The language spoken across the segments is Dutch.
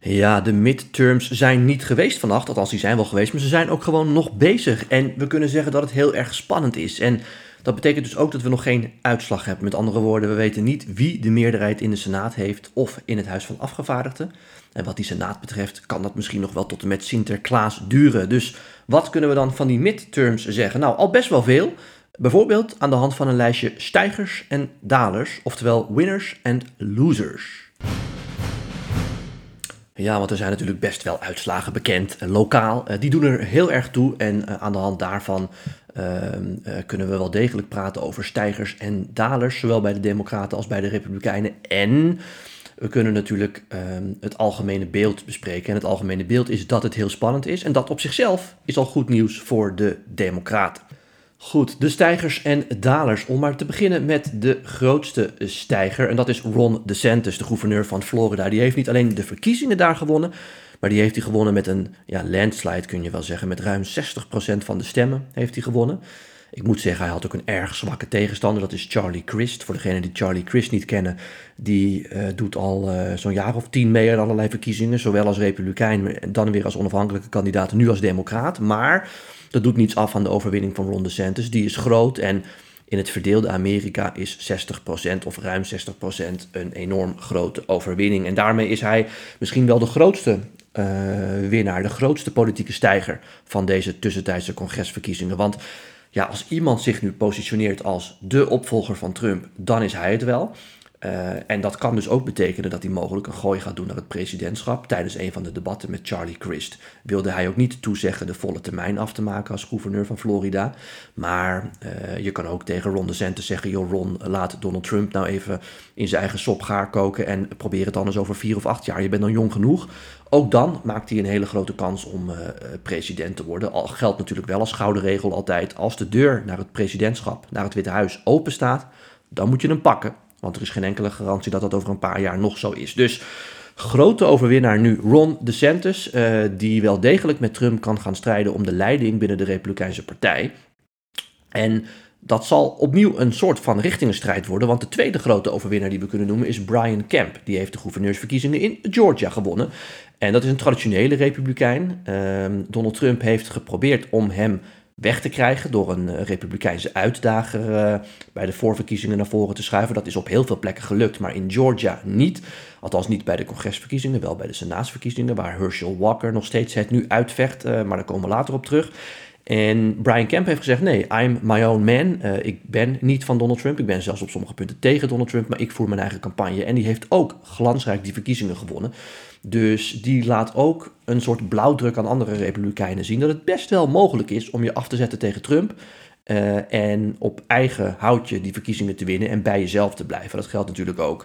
Ja, de midterms zijn niet geweest vannacht, althans die zijn wel geweest, maar ze zijn ook gewoon nog bezig. En we kunnen zeggen dat het heel erg spannend is. En dat betekent dus ook dat we nog geen uitslag hebben. Met andere woorden, we weten niet wie de meerderheid in de Senaat heeft of in het Huis van Afgevaardigden. En wat die Senaat betreft kan dat misschien nog wel tot en met Sinterklaas duren. Dus wat kunnen we dan van die midterms zeggen? Nou, al best wel veel. Bijvoorbeeld aan de hand van een lijstje stijgers en dalers, oftewel winners en losers. Ja, want er zijn natuurlijk best wel uitslagen bekend, lokaal. Die doen er heel erg toe en aan de hand daarvan kunnen we wel degelijk praten over stijgers en dalers, zowel bij de Democraten als bij de Republikeinen. En we kunnen natuurlijk het algemene beeld bespreken. En het algemene beeld is dat het heel spannend is en dat op zichzelf is al goed nieuws voor de Democraten. Goed, de stijgers en dalers. Om maar te beginnen met de grootste stijger. En dat is Ron DeSantis, de gouverneur van Florida. Die heeft niet alleen de verkiezingen daar gewonnen, maar die heeft hij gewonnen met een landslide, kun je wel zeggen. Met ruim 60% van de stemmen heeft hij gewonnen. Ik moet zeggen, hij had ook een erg zwakke tegenstander. Dat is Charlie Crist. Voor degenen die Charlie Crist niet kennen, die doet al zo'n jaar of 10 mee aan allerlei verkiezingen. Zowel als republikein, en dan weer als onafhankelijke kandidaat, nu als democraat. Maar dat doet niets af aan de overwinning van Ron DeSantis. Die is groot en in het verdeelde Amerika is 60% of ruim 60% een enorm grote overwinning. En daarmee is hij misschien wel de grootste winnaar, de grootste politieke stijger van deze tussentijdse congresverkiezingen. Want ja, als iemand zich nu positioneert als de opvolger van Trump, dan is hij het wel. En dat kan dus ook betekenen dat hij mogelijk een gooi gaat doen naar het presidentschap. Tijdens een van de debatten met Charlie Crist wilde hij ook niet toezeggen de volle termijn af te maken als gouverneur van Florida. Maar je kan ook tegen Ron DeSantis zeggen, joh Ron, laat Donald Trump nou even in zijn eigen sop gaar koken en probeer het dan eens over 4 of 8 jaar. Je bent dan jong genoeg. Ook dan maakt hij een hele grote kans om president te worden. Al geldt natuurlijk wel als gouden regel altijd, als de deur naar het presidentschap, naar het Witte Huis open staat, dan moet je hem pakken. Want er is geen enkele garantie dat dat over een paar jaar nog zo is. Dus grote overwinnaar nu Ron DeSantis, die wel degelijk met Trump kan gaan strijden om de leiding binnen de Republikeinse partij. En dat zal opnieuw een soort van richtingenstrijd worden, want de tweede grote overwinnaar die we kunnen noemen is Brian Kemp. Die heeft de gouverneursverkiezingen in Georgia gewonnen. En dat is een traditionele republikein. Donald Trump heeft geprobeerd om hem weg te krijgen door een republikeinse uitdager bij de voorverkiezingen naar voren te schuiven. Dat is op heel veel plekken gelukt, maar in Georgia niet. Althans niet bij de congresverkiezingen, wel bij de senaatsverkiezingen, waar Herschel Walker nog steeds het nu uitvecht, maar daar komen we later op terug. En Brian Kemp heeft gezegd, nee, I'm my own man. Ik ben niet van Donald Trump. Ik ben zelfs op sommige punten tegen Donald Trump, maar ik voer mijn eigen campagne. En die heeft ook glansrijk die verkiezingen gewonnen. Dus die laat ook een soort blauwdruk aan andere republikeinen zien dat het best wel mogelijk is om je af te zetten tegen Trump. En op eigen houtje die verkiezingen te winnen en bij jezelf te blijven. Dat geldt natuurlijk ook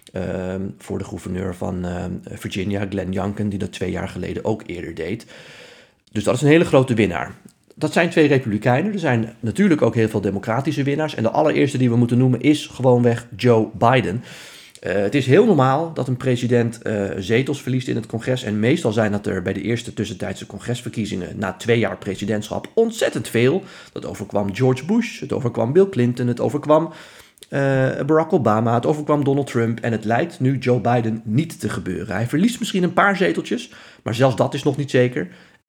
voor de gouverneur van Virginia, Glenn Youngkin, die dat 2 jaar geleden ook eerder deed. Dus dat is een hele grote winnaar. Dat zijn 2 republikeinen. Er zijn natuurlijk ook heel veel democratische winnaars. En de allereerste die we moeten noemen is gewoonweg Joe Biden. Het is heel normaal dat een president zetels verliest in het congres. En meestal zijn dat er bij de eerste tussentijdse congresverkiezingen na 2 jaar presidentschap ontzettend veel. Dat overkwam George Bush, het overkwam Bill Clinton, het overkwam Barack Obama, het overkwam Donald Trump. En het lijkt nu Joe Biden niet te gebeuren. Hij verliest misschien een paar zeteltjes, maar zelfs dat is nog niet zeker.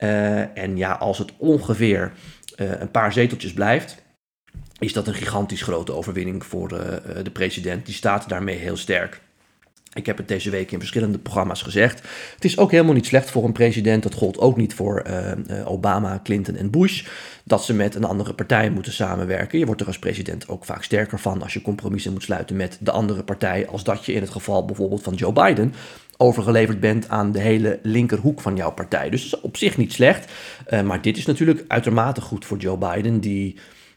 En ja, als het ongeveer een paar zeteltjes blijft, is dat een gigantisch grote overwinning voor de president. Die staat daarmee heel sterk. Ik heb het deze week in verschillende programma's gezegd. Het is ook helemaal niet slecht voor een president. Dat gold ook niet voor Obama, Clinton en Bush. Dat ze met een andere partij moeten samenwerken. Je wordt er als president ook vaak sterker van als je compromissen moet sluiten met de andere partij. Als dat je in het geval bijvoorbeeld van Joe Biden overgeleverd bent aan de hele linkerhoek van jouw partij. Dus dat is op zich niet slecht. Maar dit is natuurlijk uitermate goed voor Joe Biden, die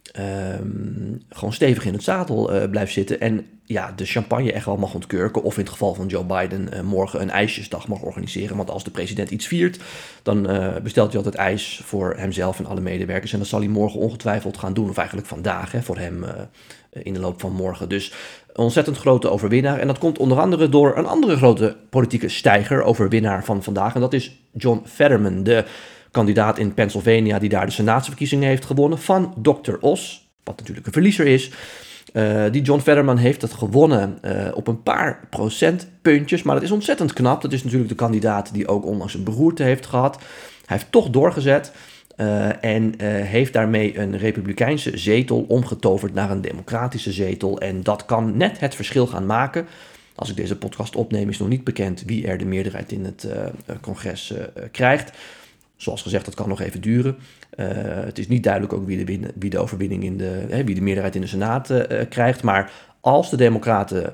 gewoon stevig in het zadel blijft zitten en ja, de champagne echt wel mag ontkurken. Of in het geval van Joe Biden morgen een ijsjesdag mag organiseren. Want als de president iets viert, dan bestelt hij altijd ijs voor hemzelf en alle medewerkers. En dat zal hij morgen ongetwijfeld gaan doen. Of eigenlijk vandaag, voor hem in de loop van morgen. Dus een ontzettend grote overwinnaar. En dat komt onder andere door een andere grote politieke stijger, overwinnaar van vandaag. En dat is John Fetterman, de kandidaat in Pennsylvania die daar de senaatsverkiezingen heeft gewonnen van Dr. Oz, wat natuurlijk een verliezer is. Die John Fetterman heeft het gewonnen op een paar procentpuntjes, maar dat is ontzettend knap. Dat is natuurlijk de kandidaat die ook onlangs een beroerte heeft gehad. Hij heeft toch doorgezet en heeft daarmee een republikeinse zetel omgetoverd naar een democratische zetel. En dat kan net het verschil gaan maken. Als ik deze podcast opneem is nog niet bekend wie er de meerderheid in het congres krijgt. Zoals gezegd, dat kan nog even duren. Het is niet duidelijk ook wie de overwinning wie de meerderheid in de Senaat krijgt. Maar als de Democraten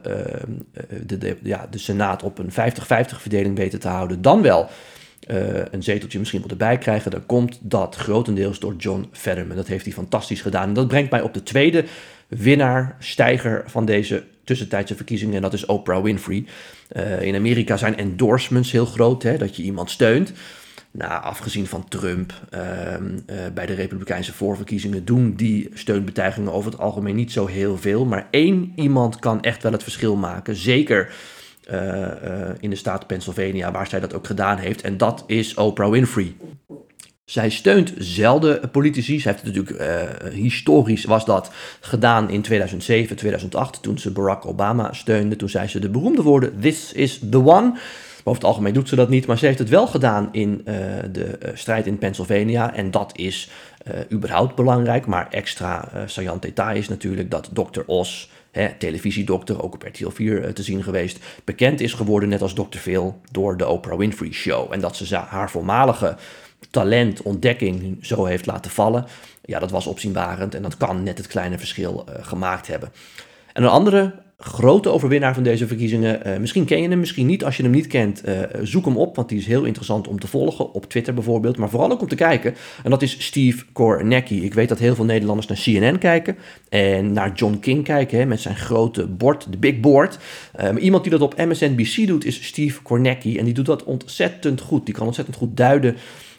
de Senaat op een 50-50 verdeling weten te houden, dan wel een zeteltje misschien wat erbij krijgen, dan komt dat grotendeels door John Fetterman. Dat heeft hij fantastisch gedaan. En dat brengt mij op de tweede stijger van deze tussentijdse verkiezingen, en dat is Oprah Winfrey. In Amerika zijn endorsements heel groot, dat je iemand steunt. Nou, afgezien van Trump, bij de Republikeinse voorverkiezingen doen die steunbetuigingen over het algemeen niet zo heel veel. Maar één iemand kan echt wel het verschil maken. Zeker in de staat Pennsylvania, waar zij dat ook gedaan heeft. En dat is Oprah Winfrey. Zij steunt zelden politici. Zij heeft natuurlijk, historisch was dat gedaan in 2007, 2008, toen ze Barack Obama steunde. Toen zei ze de beroemde woorden, "This is the one." Over het algemeen doet ze dat niet, maar ze heeft het wel gedaan in de strijd in Pennsylvania. En dat is überhaupt belangrijk, maar extra saillant detail is natuurlijk dat Dr. Oz, televisiedokter, ook op RTL 4 te zien geweest, bekend is geworden, net als Dr. Phil, door de Oprah Winfrey Show. En dat ze haar voormalige talent, ontdekking zo heeft laten vallen, ja, dat was opzienbarend en dat kan net het kleine verschil gemaakt hebben. En een andere grote overwinnaar van deze verkiezingen, misschien ken je hem, misschien niet. Als je hem niet kent, zoek hem op, want die is heel interessant om te volgen, op Twitter bijvoorbeeld, maar vooral ook om te kijken. En dat is Steve Kornacki. Ik weet dat heel veel Nederlanders naar CNN kijken en naar John King kijken, met zijn grote bord, de big board. Maar iemand die dat op MSNBC doet is Steve Kornacki en die doet dat ontzettend goed. Die kan ontzettend goed duiden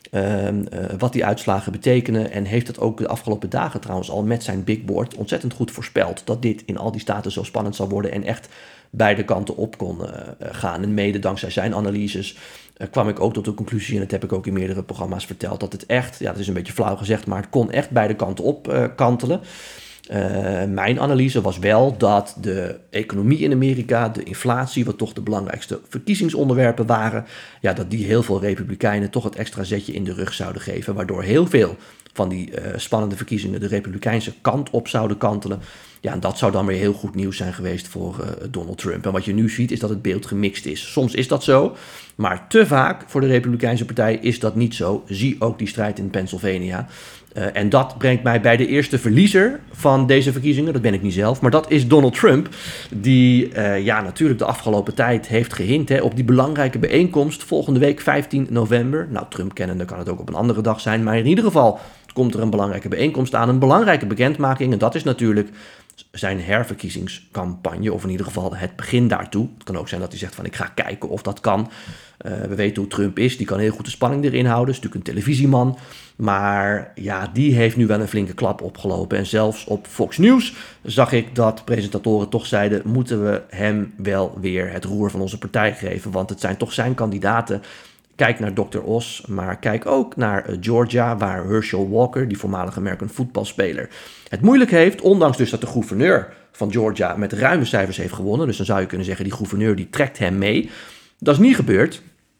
wat die uitslagen betekenen en heeft het ook de afgelopen dagen trouwens al met zijn big board ontzettend goed voorspeld dat dit in al die staten zo spannend zal worden en echt beide kanten op kon gaan. En mede dankzij zijn analyses kwam ik ook tot de conclusie, en dat heb ik ook in meerdere programma's verteld, dat het echt, ja, dat is een beetje flauw gezegd, maar het kon echt beide kanten op kantelen. Mijn analyse was wel dat de economie in Amerika, de inflatie, wat toch de belangrijkste verkiezingsonderwerpen waren, ja, dat die heel veel Republikeinen toch het extra zetje in de rug zouden geven, waardoor heel veel van die spannende verkiezingen de Republikeinse kant op zouden kantelen. Ja, en dat zou dan weer heel goed nieuws zijn geweest voor Donald Trump. En wat je nu ziet is dat het beeld gemixt is. Soms is dat zo, maar te vaak voor de Republikeinse partij is dat niet zo. Zie ook die strijd in Pennsylvania. En dat brengt mij bij de eerste verliezer van deze verkiezingen. Dat ben ik niet zelf, maar dat is Donald Trump. Die natuurlijk de afgelopen tijd heeft gehint op die belangrijke bijeenkomst volgende week 15 november. Nou, Trump kennende kan het ook op een andere dag zijn, maar in ieder geval komt er een belangrijke bijeenkomst aan, een belangrijke bekendmaking. En dat is natuurlijk zijn herverkiezingscampagne, of in ieder geval het begin daartoe. Het kan ook zijn dat hij zegt van ik ga kijken of dat kan. We weten hoe Trump is, die kan heel goed de spanning erin houden. Is natuurlijk een televisieman. Maar ja, die heeft nu wel een flinke klap opgelopen. En zelfs op Fox News zag ik dat presentatoren toch zeiden, moeten we hem wel weer het roer van onze partij geven. Want het zijn toch zijn kandidaten. Kijk naar Dr. Oz, maar kijk ook naar Georgia, waar Herschel Walker, die voormalige American voetbalspeler, het moeilijk heeft. Ondanks dus dat de gouverneur van Georgia met ruime cijfers heeft gewonnen. Dus dan zou je kunnen zeggen, die gouverneur die trekt hem mee. Dat is niet gebeurd.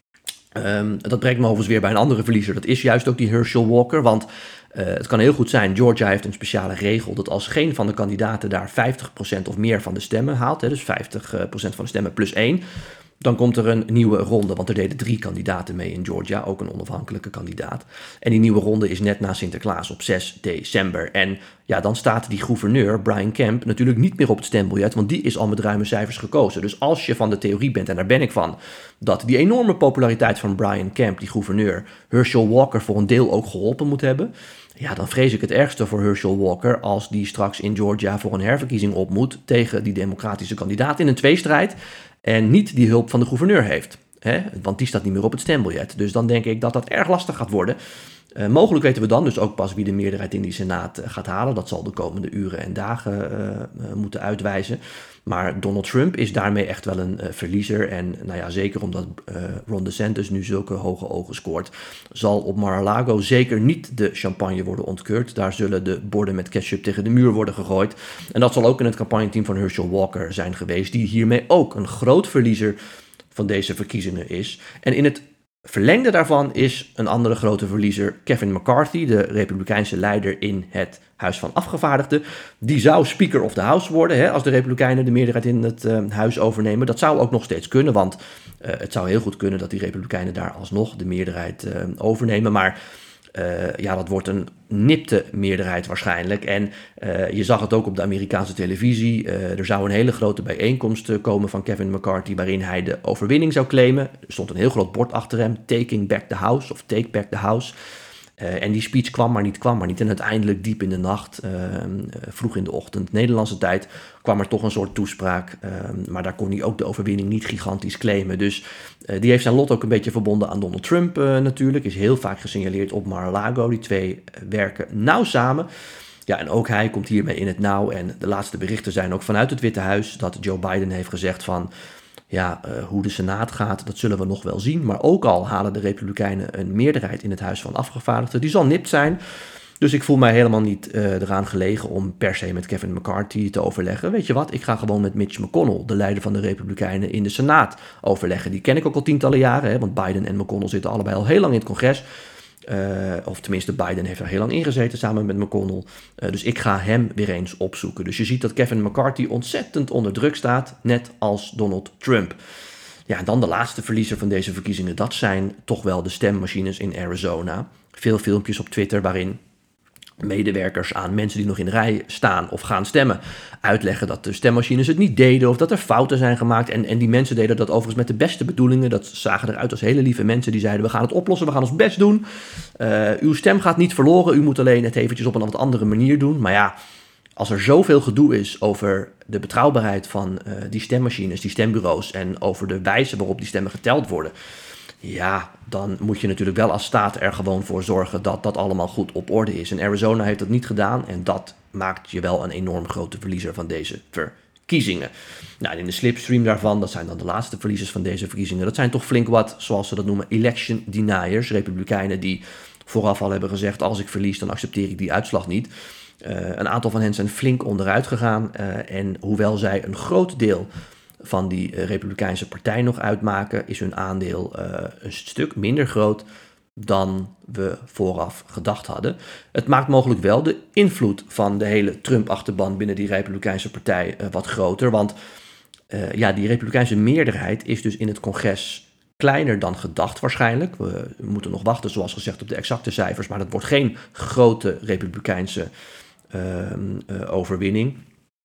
Dat brengt me overigens weer bij een andere verliezer. Dat is juist ook die Herschel Walker, want het kan heel goed zijn, Georgia heeft een speciale regel dat als geen van de kandidaten daar 50% of meer van de stemmen haalt, dus 50% van de stemmen plus 1, dan komt er een nieuwe ronde, want er deden 3 kandidaten mee in Georgia, ook een onafhankelijke kandidaat. En die nieuwe ronde is net na Sinterklaas op 6 december. En ja, dan staat die gouverneur, Brian Kemp, natuurlijk niet meer op het stembiljet, want die is al met ruime cijfers gekozen. Dus als je van de theorie bent, en daar ben ik van, dat die enorme populariteit van Brian Kemp, die gouverneur, Herschel Walker voor een deel ook geholpen moet hebben, ja, dan vrees ik het ergste voor Herschel Walker als die straks in Georgia voor een herverkiezing op moet tegen die democratische kandidaat in een tweestrijd en niet die hulp van de gouverneur heeft. Want die staat niet meer op het stembiljet. Dus dan denk ik dat dat erg lastig gaat worden. Mogelijk weten we dan dus ook pas wie de meerderheid in die Senaat gaat halen. Dat zal de komende uren en dagen moeten uitwijzen. Maar Donald Trump is daarmee echt wel een verliezer. En nou ja, zeker omdat Ron DeSantis nu zulke hoge ogen scoort, zal op Mar-a-Lago zeker niet de champagne worden ontkeurd. Daar zullen de borden met ketchup tegen de muur worden gegooid. En dat zal ook in het campagneteam van Herschel Walker zijn geweest, die hiermee ook een groot verliezer van deze verkiezingen is. En in het verlengde daarvan is een andere grote verliezer Kevin McCarthy, de republikeinse leider in het Huis van Afgevaardigden. Die zou Speaker of the House worden, als de Republikeinen de meerderheid in het huis overnemen. Dat zou ook nog steeds kunnen, want het zou heel goed kunnen dat die Republikeinen daar alsnog de meerderheid overnemen. Maar dat wordt een nipte meerderheid waarschijnlijk. En je zag het ook op de Amerikaanse televisie. Er zou een hele grote bijeenkomst komen van Kevin McCarthy, waarin hij de overwinning zou claimen. Er stond een heel groot bord achter hem, Taking Back the House of Take Back the House. En die speech kwam maar niet. En uiteindelijk diep in de nacht, vroeg in de ochtend, Nederlandse tijd, kwam er toch een soort toespraak. Maar daar kon hij ook de overwinning niet gigantisch claimen. Dus die heeft zijn lot ook een beetje verbonden aan Donald Trump natuurlijk. Is heel vaak gesignaleerd op Mar-a-Lago. Die twee werken nauw samen. Ja, en ook hij komt hiermee in het nauw. En de laatste berichten zijn ook vanuit het Witte Huis dat Joe Biden heeft gezegd van, hoe de Senaat gaat, dat zullen we nog wel zien. Maar ook al halen de Republikeinen een meerderheid in het Huis van Afgevaardigden, die zal nipt zijn. Dus ik voel mij helemaal niet eraan gelegen om per se met Kevin McCarthy te overleggen. Weet je wat, ik ga gewoon met Mitch McConnell, de leider van de Republikeinen, in de Senaat overleggen. Die ken ik ook al tientallen jaren, want Biden en McConnell zitten allebei al heel lang in het congres. Of tenminste, Biden heeft er heel lang in gezeten samen met McConnell. Dus ik ga hem weer eens opzoeken. Dus je ziet dat Kevin McCarthy ontzettend onder druk staat, net als Donald Trump. Ja, en dan de laatste verliezer van deze verkiezingen, dat zijn toch wel de stemmachines in Arizona. Veel filmpjes op Twitter waarin medewerkers aan mensen die nog in de rij staan of gaan stemmen uitleggen dat de stemmachines het niet deden of dat er fouten zijn gemaakt. En die mensen deden dat overigens met de beste bedoelingen. Dat zagen eruit als hele lieve mensen die zeiden, we gaan het oplossen, we gaan ons best doen. Uw stem gaat niet verloren, u moet alleen het eventjes op een wat andere manier doen. Maar ja, als er zoveel gedoe is over de betrouwbaarheid van die stemmachines, die stembureaus en over de wijze waarop die stemmen geteld worden, ja, dan moet je natuurlijk wel als staat er gewoon voor zorgen dat dat allemaal goed op orde is. En Arizona heeft dat niet gedaan en dat maakt je wel een enorm grote verliezer van deze verkiezingen. Nou, en in de slipstream daarvan, dat zijn dan de laatste verliezers van deze verkiezingen, dat zijn toch flink wat, zoals ze dat noemen, election deniers, republikeinen die vooraf al hebben gezegd, als ik verlies, dan accepteer ik die uitslag niet. Een aantal van hen zijn flink onderuit gegaan en hoewel zij een groot deel van die Republikeinse partij nog uitmaken, is hun aandeel een stuk minder groot dan we vooraf gedacht hadden. Het maakt mogelijk wel de invloed van de hele Trump-achterban binnen die Republikeinse partij wat groter, want die Republikeinse meerderheid is dus in het congres kleiner dan gedacht waarschijnlijk. We moeten nog wachten, zoals gezegd, op de exacte cijfers, maar dat wordt geen grote Republikeinse overwinning.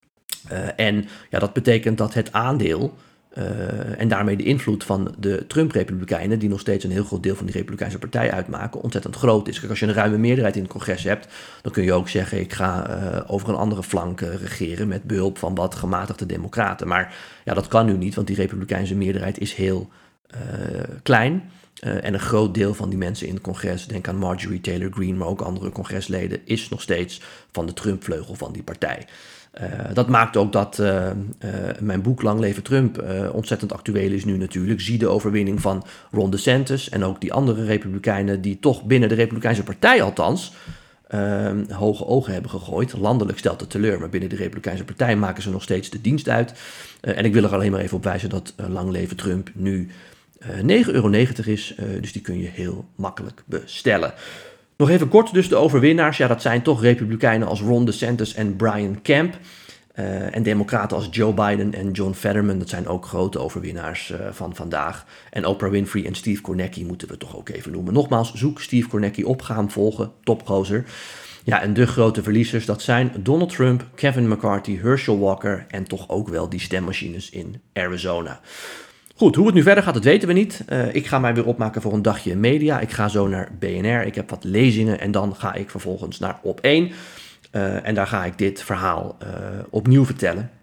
En dat betekent dat het aandeel en daarmee de invloed van de Trump-republikeinen, die nog steeds een heel groot deel van die Republikeinse partij uitmaken, ontzettend groot is. Kijk, als je een ruime meerderheid in het congres hebt, dan kun je ook zeggen, ik ga over een andere flank regeren met behulp van wat gematigde democraten. Maar ja, dat kan nu niet, want die Republikeinse meerderheid is heel klein. En een groot deel van die mensen in het congres, denk aan Marjorie Taylor Greene, maar ook andere congresleden, is nog steeds van de Trump-vleugel van die partij. Dat maakt ook dat mijn boek Lang Leven Trump ontzettend actueel is nu natuurlijk. Zie de overwinning van Ron DeSantis en ook die andere republikeinen die toch binnen de Republikeinse partij althans hoge ogen hebben gegooid. Landelijk stelt het teleur, maar binnen de Republikeinse partij maken ze nog steeds de dienst uit. En ik wil er alleen maar even op wijzen dat Lang Leven Trump nu €9,90 is, dus die kun je heel makkelijk bestellen. Nog even kort dus de overwinnaars. Ja, dat zijn toch republikeinen als Ron DeSantis en Brian Kemp. En democraten als Joe Biden en John Fetterman. Dat zijn ook grote overwinnaars van vandaag. En Oprah Winfrey en Steve Kornacki moeten we toch ook even noemen. Nogmaals, zoek Steve Kornacki op, ga hem volgen, topgozer. Ja, en de grote verliezers, dat zijn Donald Trump, Kevin McCarthy, Herschel Walker en toch ook wel die stemmachines in Arizona. Goed, hoe het nu verder gaat, dat weten we niet. Ik ga mij weer opmaken voor een dagje media. Ik ga zo naar BNR, ik heb wat lezingen en dan ga ik vervolgens naar Op1. En daar ga ik dit verhaal opnieuw vertellen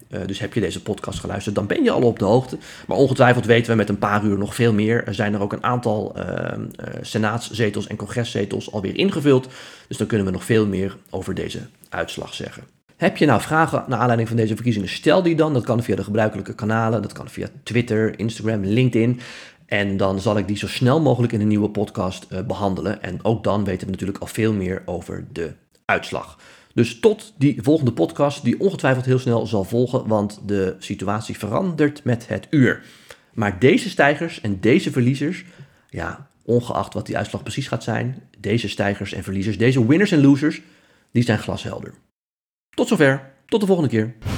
Dus heb je deze podcast geluisterd, dan ben je al op de hoogte. Maar ongetwijfeld weten we met een paar uur nog veel meer. Er zijn er ook een aantal senaatszetels en congreszetels alweer ingevuld. Dus dan kunnen we nog veel meer over deze uitslag zeggen. Heb je nou vragen naar aanleiding van deze verkiezingen? Stel die dan. Dat kan via de gebruikelijke kanalen. Dat kan via Twitter, Instagram, LinkedIn. En dan zal ik die zo snel mogelijk in een nieuwe podcast behandelen. En ook dan weten we natuurlijk al veel meer over de uitslag. Dus tot die volgende podcast, die ongetwijfeld heel snel zal volgen, want de situatie verandert met het uur. Maar deze stijgers en deze verliezers, ja, ongeacht wat die uitslag precies gaat zijn, deze stijgers en verliezers, deze winners en losers, die zijn glashelder. Tot zover, tot de volgende keer.